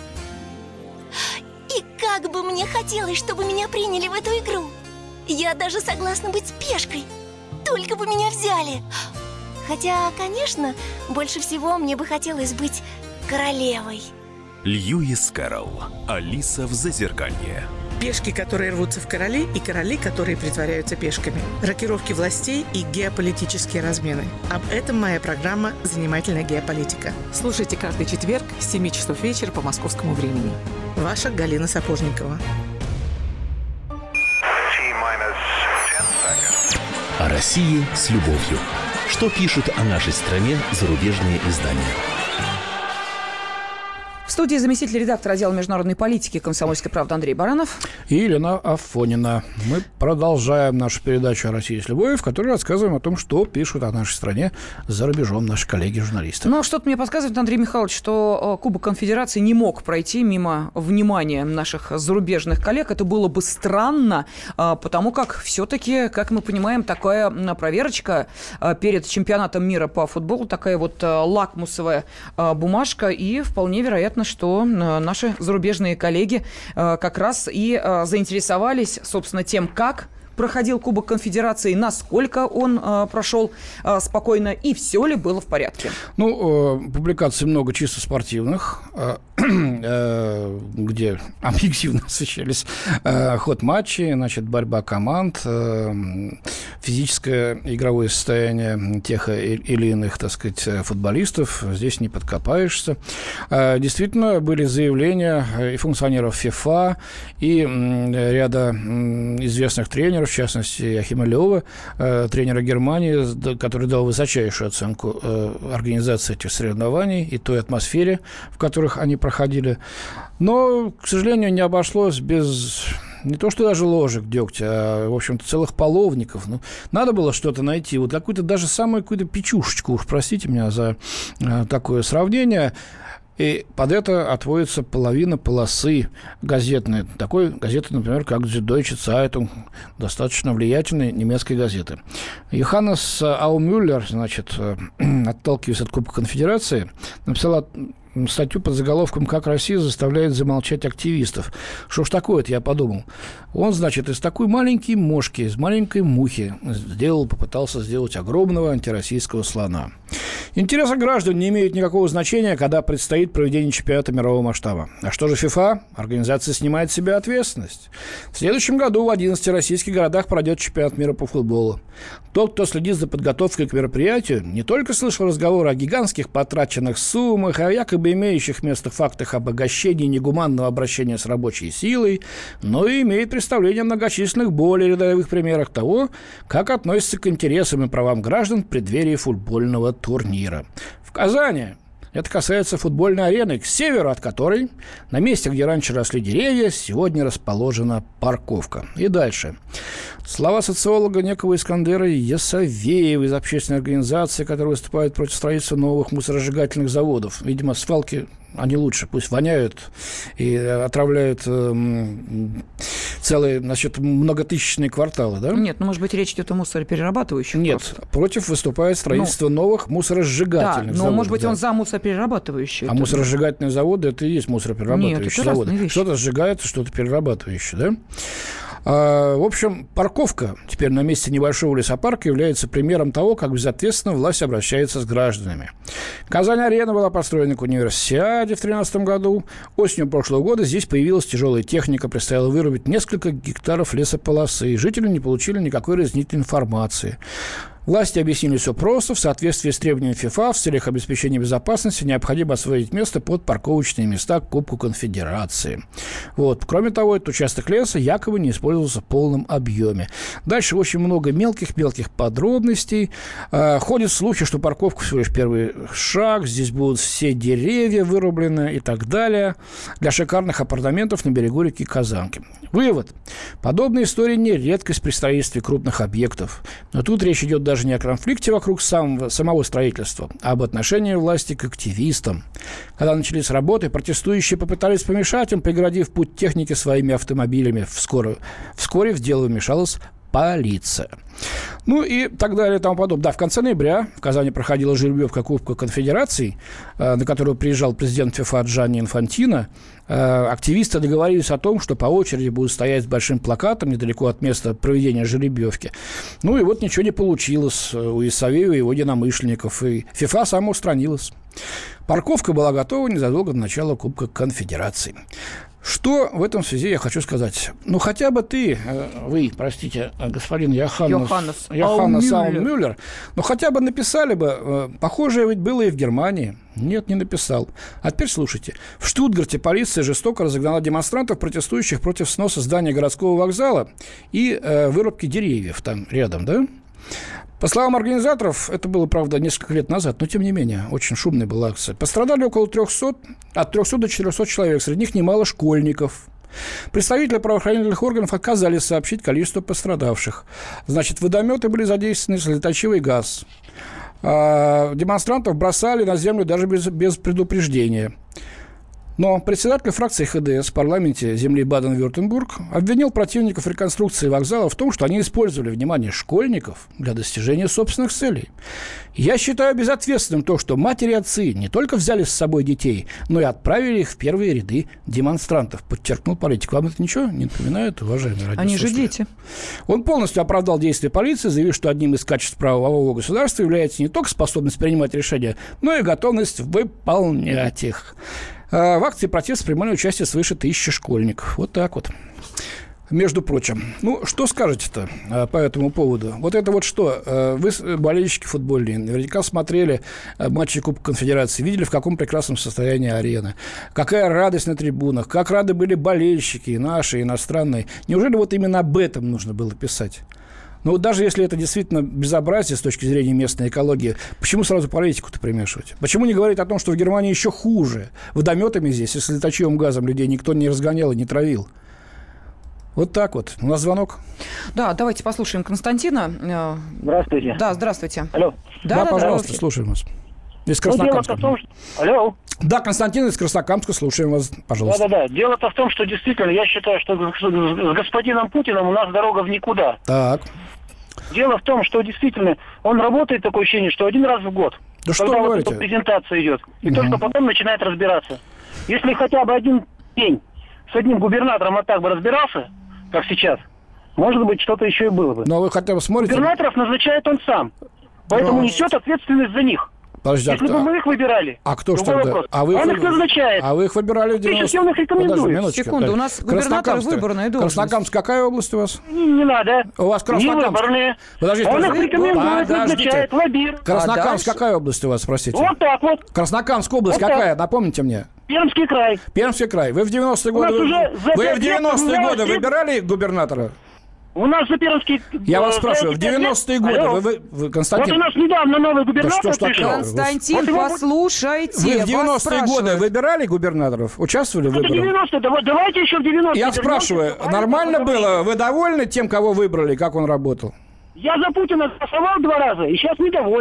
И как бы мне хотелось, чтобы меня приняли в эту игру. Я даже согласна быть пешкой. Только бы меня взяли. Хотя, конечно, больше всего мне бы хотелось быть королевой. Льюис Кэрролл. Алиса в Зазеркалье. Пешки, которые рвутся в короли, и короли, которые притворяются пешками. Рокировки властей и геополитические размены. Об этом моя программа «Занимательная геополитика». Слушайте каждый четверг с семи часов вечера по московскому времени. Ваша Галина Сапожникова. О России с любовью. Что пишут о нашей стране зарубежные издания? В студии заместитель редактора отдела международной политики «Комсомольской правды» Андрей Баранов. И Елена Афонина. Мы продолжаем нашу передачу о России с любовью, в которой рассказываем о том, что пишут о нашей стране за рубежом наши коллеги-журналисты. Ну, что-то мне подсказывает, Андрей Михайлович, что Кубок Конфедерации не мог пройти мимо внимания наших зарубежных коллег. Это было бы странно, потому как все-таки, как мы понимаем, такая проверочка перед чемпионатом мира по футболу, такая вот лакмусовая бумажка, и вполне вероятно, что наши зарубежные коллеги как раз и заинтересовались, собственно, тем, как проходил Кубок Конфедерации, насколько он э, прошел э, спокойно и все ли было в порядке. Ну, э, публикаций много чисто спортивных, э, э, где объективно освещались э, ход матчей, значит, борьба команд, э, физическое игровое состояние тех или иных, так сказать, футболистов. Здесь не подкопаешься. Э, действительно, были заявления и функционеров ФИФА, и э, ряда э, известных тренеров, в частности, Йохима Лёва, э, тренера Германии, который дал высочайшую оценку э, организации этих соревнований и той атмосфере, в которых они проходили. Но, к сожалению, не обошлось без не то что даже ложек дегтя, а, в общем-то, целых половников. Ну, надо было что-то найти. Вот какую-то даже самую какую-то печушечку, уж простите меня за э, такое сравнение. И под это отводится половина полосы газетной. Такой газеты, например, как Süddeutsche Zeitung, достаточно влиятельной немецкой газеты. Йоханнес Аумюллер, значит, отталкиваясь от Кубка Конфедерации, написал статью под заголовком «Как Россия заставляет замолчать активистов». Что ж такое-то, я подумал. Он, значит, из такой маленькой мошки, из маленькой мухи сделал, попытался сделать огромного антироссийского слона. Интересы граждан не имеют никакого значения, когда предстоит проведение чемпионата мирового масштаба. А что же ФИФА? Организация снимает с себя ответственность. В следующем году в одиннадцати российских городах пройдет чемпионат мира по футболу. Тот, кто следит за подготовкой к мероприятию, не только слышал разговоры о гигантских потраченных суммах, о якобы имеющих место фактах обогащения и негуманного обращения с рабочей силой, но и имеет представление о многочисленных более рядовых примерах того, как относятся к интересам и правам граждан в преддверии футбольного турнира. В Казани это касается футбольной арены, к северу от которой, на месте, где раньше росли деревья, сегодня расположена парковка. И дальше. Слова социолога некого Искандера Ясовеева из общественной организации, которая выступает против строительства новых мусоросжигательных заводов. Видимо, свалки, они лучше, пусть воняют и отравляют э, целые, значит, многотысячные кварталы, да? Нет, ну, может быть, речь идет о мусороперерабатывающих. Нет, просто. Против выступает строительство ну, новых мусоросжигательных да, заводов. но, может быть, да. он за мусороперерабатывающие. А это... мусоросжигательные заводы – это и есть мусороперерабатывающие Нет, это заводы. разные вещи. Что-то сжигается, что-то перерабатывающее, да? А, в общем, парковка теперь на месте небольшого лесопарка является примером того, как безответственно власть обращается с гражданами. Казань-арена была построена к универсиаде в две тысячи тринадцатом году. Осенью прошлого года здесь появилась тяжелая техника, предстояло вырубить несколько гектаров лесополосы. Жители не получили никакой разъяснительной информации. Власти объяснили все просто. В соответствии с требованиями ФИФА в целях обеспечения безопасности необходимо освоить место под парковочные места к Кубку Конфедерации. Вот. Кроме того, этот участок леса якобы не использовался в полном объеме. Дальше очень много мелких-мелких подробностей. Э, ходят слухи, что парковка всего лишь первый шаг. Здесь будут все деревья вырублены и так далее. Для шикарных апартаментов на берегу реки Казанки. Вывод. Подобные истории не редкость при строительстве крупных объектов. Но тут речь идет даже не о конфликте вокруг самого, самого строительства, а об отношении власти к активистам. Когда начались работы, протестующие попытались помешать им, преградив путь техники своими автомобилями. Вскоре, вскоре в дело вмешалась полиция. Ну и так далее и тому подобное. Да, в конце ноября в Казани проходила жеребьевка Кубка Конфедерации, на которую приезжал президент ФИФА Джанни Инфантино. Активисты договорились о том, что по очереди будут стоять с большим плакатом недалеко от места проведения жеребьевки. Ну и вот ничего не получилось у Исавеева и его единомышленников. И ФИФА самоустранилась. Парковка была готова незадолго до начала Кубка Конфедерации. Что в этом связи я хочу сказать? Ну, хотя бы ты, вы, простите, господин Йоханнес, Йоханнес Йоханнес Аумюллер. Аумюллер, ну, хотя бы написали бы. Похожее ведь было и в Германии. Нет, не написал. А теперь слушайте. В Штутгарте полиция жестоко разогнала демонстрантов, протестующих против сноса здания городского вокзала и э, вырубки деревьев там рядом, да? По словам организаторов, это было, правда, несколько лет назад, но, тем не менее, очень шумная была акция. Пострадали около трехсот, от трехсот до четырехсот человек, среди них немало школьников. Представители правоохранительных органов отказались сообщить количество пострадавших. Значит, водометы были задействованы, слезоточивый газ. А демонстрантов бросали на землю даже без, без предупреждения. Но председатель фракции ХДС в парламенте земли Баден-Вюртембург обвинил противников реконструкции вокзала в том, что они использовали внимание школьников для достижения собственных целей. Я считаю безответственным то, что матери и отцы не только взяли с собой детей, но и отправили их в первые ряды демонстрантов, подчеркнул политик. Вам это ничего не напоминает, уважаемые радиослушатели? Они же дети. Он полностью оправдал действия полиции, заявив, что одним из качеств правового государства является не только способность принимать решения, но и готовность выполнять их. В акции протеста принимали участие свыше тысячи школьников. Вот так вот. Между прочим. Ну, что скажете-то по этому поводу? Вот это вот что? Вы, болельщики футбольные, наверняка смотрели матчи Кубка Конфедерации, видели, в каком прекрасном состоянии арена. Какая радость на трибунах, как рады были болельщики, наши, иностранные. Неужели вот именно об этом нужно было писать? Но вот даже если это действительно безобразие с точки зрения местной экологии, почему сразу политику-то примешивать? Почему не говорить о том, что в Германии еще хуже? Водометами здесь и слезоточивым газом людей никто не разгонял и не травил. Вот так вот. У нас звонок. Да, давайте послушаем Константина. Здравствуйте. Да, здравствуйте. Алло. Да, да, да пожалуйста, да, слушаем вас. Из Краснокамска. Ну, что... Алло. Да, Константин из Краснокамска, слушаем вас, пожалуйста. Да-да-да. Дело-то в том, что действительно, я считаю, что с господином Путиным у нас дорога в никуда. Так. Дело в том, что действительно он работает, такое ощущение, что один раз в год. Да что когда вы вот говорите? эта презентация идет. И угу. только потом начинает разбираться. Если хотя бы один день с одним губернатором вот так бы разбирался, как сейчас, может быть, что-то еще и было бы. Но вы хотя бы смотрите... Губернаторов назначает он сам. Поэтому Но... несет ответственность за них. Подожди, Если а бы мы их выбирали, а кто ж тогда? тогда? А вы он их... их назначает. А вы их выбирали в девяностых? Сейчас он их рекомендует. Подожди, минуточку. Секунду, у нас губернаторы выборная должность. Краснокамск, какая область у вас? Не, не надо. У вас Краснокамск. Не выборные. Подождите, он подождите. их рекомендует, Подождите. назначает, лоббирует. Краснокамск, а какая область у вас, простите? Вот так вот. Краснокамск область вот какая? Так. Напомните мне. Пермский край. Пермский край. Вы в девяностые годы... Вы, вы в девяностые годы выбирали губернатора? У нас за Пермский... Я вас спрашиваю, в девяностые годы вы, вы, вы, Константин... Вот у нас недавно новый губернатор да что ж пришел. Константин, вот послушайте, вы в девяностые годы выбирали губернаторов? Участвовали в выборах? Это девяностые, давайте еще в девяностые. Я спрашиваю, нормально было? Вы довольны тем, кого выбрали, как он работал? Я за Путина голосовал два раза, и сейчас недоволен.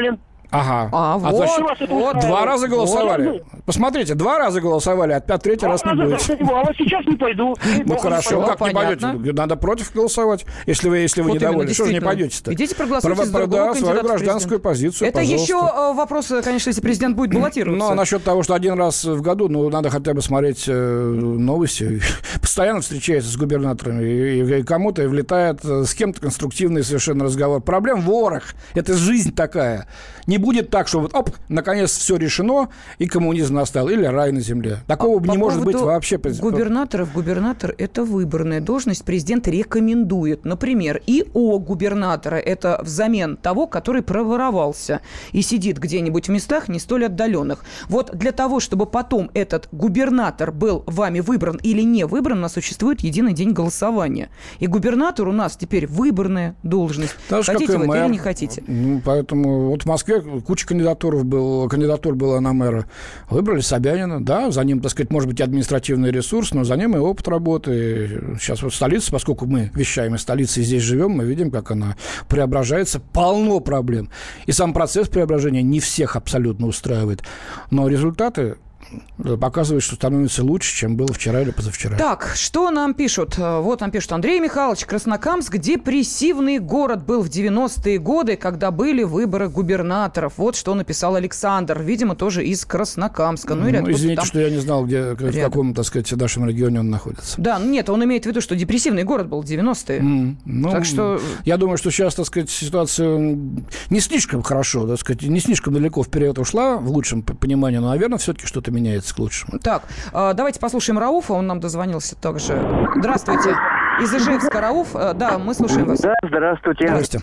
Ага. А, А вот, зачем? вот. Два раза голосовали. Вот. Посмотрите, два раза голосовали, а пять, третий раз не будет. А вот сейчас не пойду. Ну хорошо, как не понятно. пойдете? Надо против голосовать, если вы, если вы Вот именно, недовольны. Что же не действительно. пойдете-то? Идите проголосуйте за другого Да, свою кандидата в гражданскую президенты. позицию, Это пожалуйста. еще э, вопрос, конечно, если президент будет баллотироваться. Ну, а насчет того, что один раз в году, ну, надо хотя бы смотреть э, новости. Постоянно встречается с губернаторами, и, и кому-то влетает э, с кем-то конструктивный совершенно разговор. Проблем ворох. Это жизнь такая. Не будет так, что вот, оп, наконец все решено, и коммунизм настал, или рай на земле. Такого А, не по может быть поводу вообще. Губернаторов, губернатор – это выборная должность, президент рекомендует. Например, ИО губернатора – это взамен того, который проворовался и сидит где-нибудь в местах не столь отдаленных. Вот для того, чтобы потом этот губернатор был вами выбран или не выбран, у нас существует единый день голосования. И губернатор у нас теперь выборная должность. Так же, Хотите как и вы это мэр. или не хотите? Ну, поэтому вот в Москве куча кандидатур, был, кандидатур была на мэра. Выбрали Собянина, да, за ним, так сказать, может быть, административный ресурс, но за ним и опыт работы. Сейчас вот столица, поскольку мы вещаем из столицы и здесь живем, мы видим, как она преображается. Полно проблем. И сам процесс преображения не всех абсолютно устраивает. Но результаты показывает, что становится лучше, чем было вчера или позавчера. Так, что нам пишут? Вот нам пишут: Андрей Михайлович, Краснокамск, депрессивный город был в девяностые годы, когда были выборы губернаторов. Вот что написал Александр. Видимо, тоже из Краснокамска. Ну, или ну, извините, там что я не знал, где, в рядом. каком, так сказать, нашем регионе он находится. Да, нет, он имеет в виду, что депрессивный город был в девяностые. Mm, ну, так что... Я думаю, что сейчас, так сказать, ситуация не слишком хорошо, так сказать, не слишком далеко вперед ушла, в лучшем понимании, но, наверное, все-таки что-то меняется к лучшему. Так, давайте послушаем Рауфа, он нам дозвонился также. Здравствуйте. Из Ижевска, Рауф. Да, мы слушаем вас. Да, здравствуйте. Здравствуйте.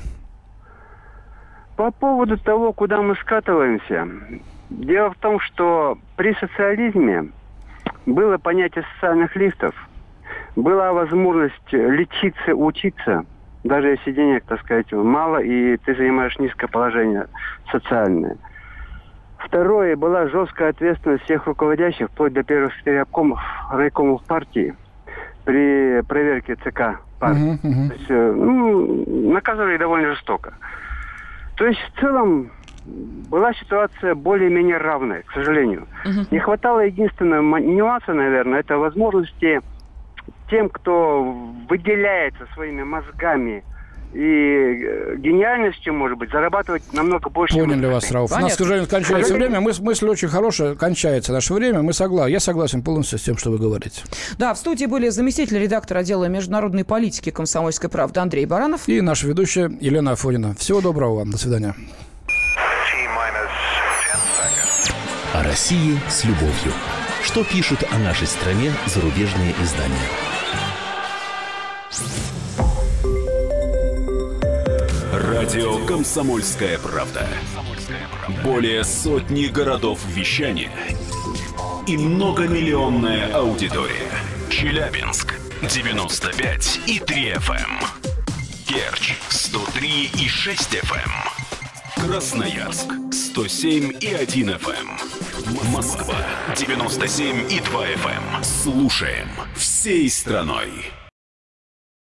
По поводу того, куда мы скатываемся. Дело в том, что при социализме было понятие социальных лифтов, была возможность лечиться, учиться, даже если денег, так сказать, мало, и ты занимаешь низкое положение социальное. Второе, была жесткая ответственность всех руководящих, вплоть до первых обкомов, райкомов партии, при проверке ЦК партии. Uh-huh, uh-huh. То есть, ну, наказывали довольно жестоко. То есть, в целом, была ситуация более-менее равная, к сожалению. Uh-huh. Не хватало единственного нюанса, наверное, это возможности тем, кто выделяется своими мозгами и гениальностью, может быть, зарабатывать намного больше. Поняли вас, Рауф. У нас, к сожалению, кончается время. Мы, мысль очень хорошая. Кончается наше время. Мы согласны. Я согласен полностью с тем, что вы говорите. Да, в студии были заместитель редактора отдела международной политики «Комсомольской правды» Андрей Баранов. И наша ведущая Елена Афонина. Всего доброго вам. До свидания. О России с любовью. Что пишут о нашей стране зарубежные издания? Радио «Комсомольская правда». Более сотни городов вещания и многомиллионная аудитория. Челябинск девяносто пять и три эф эм, Керчь сто три и шесть эф эм, Красноярск сто семь и один эф эм, Москва девяносто семь и два эф эм. Слушаем всей страной.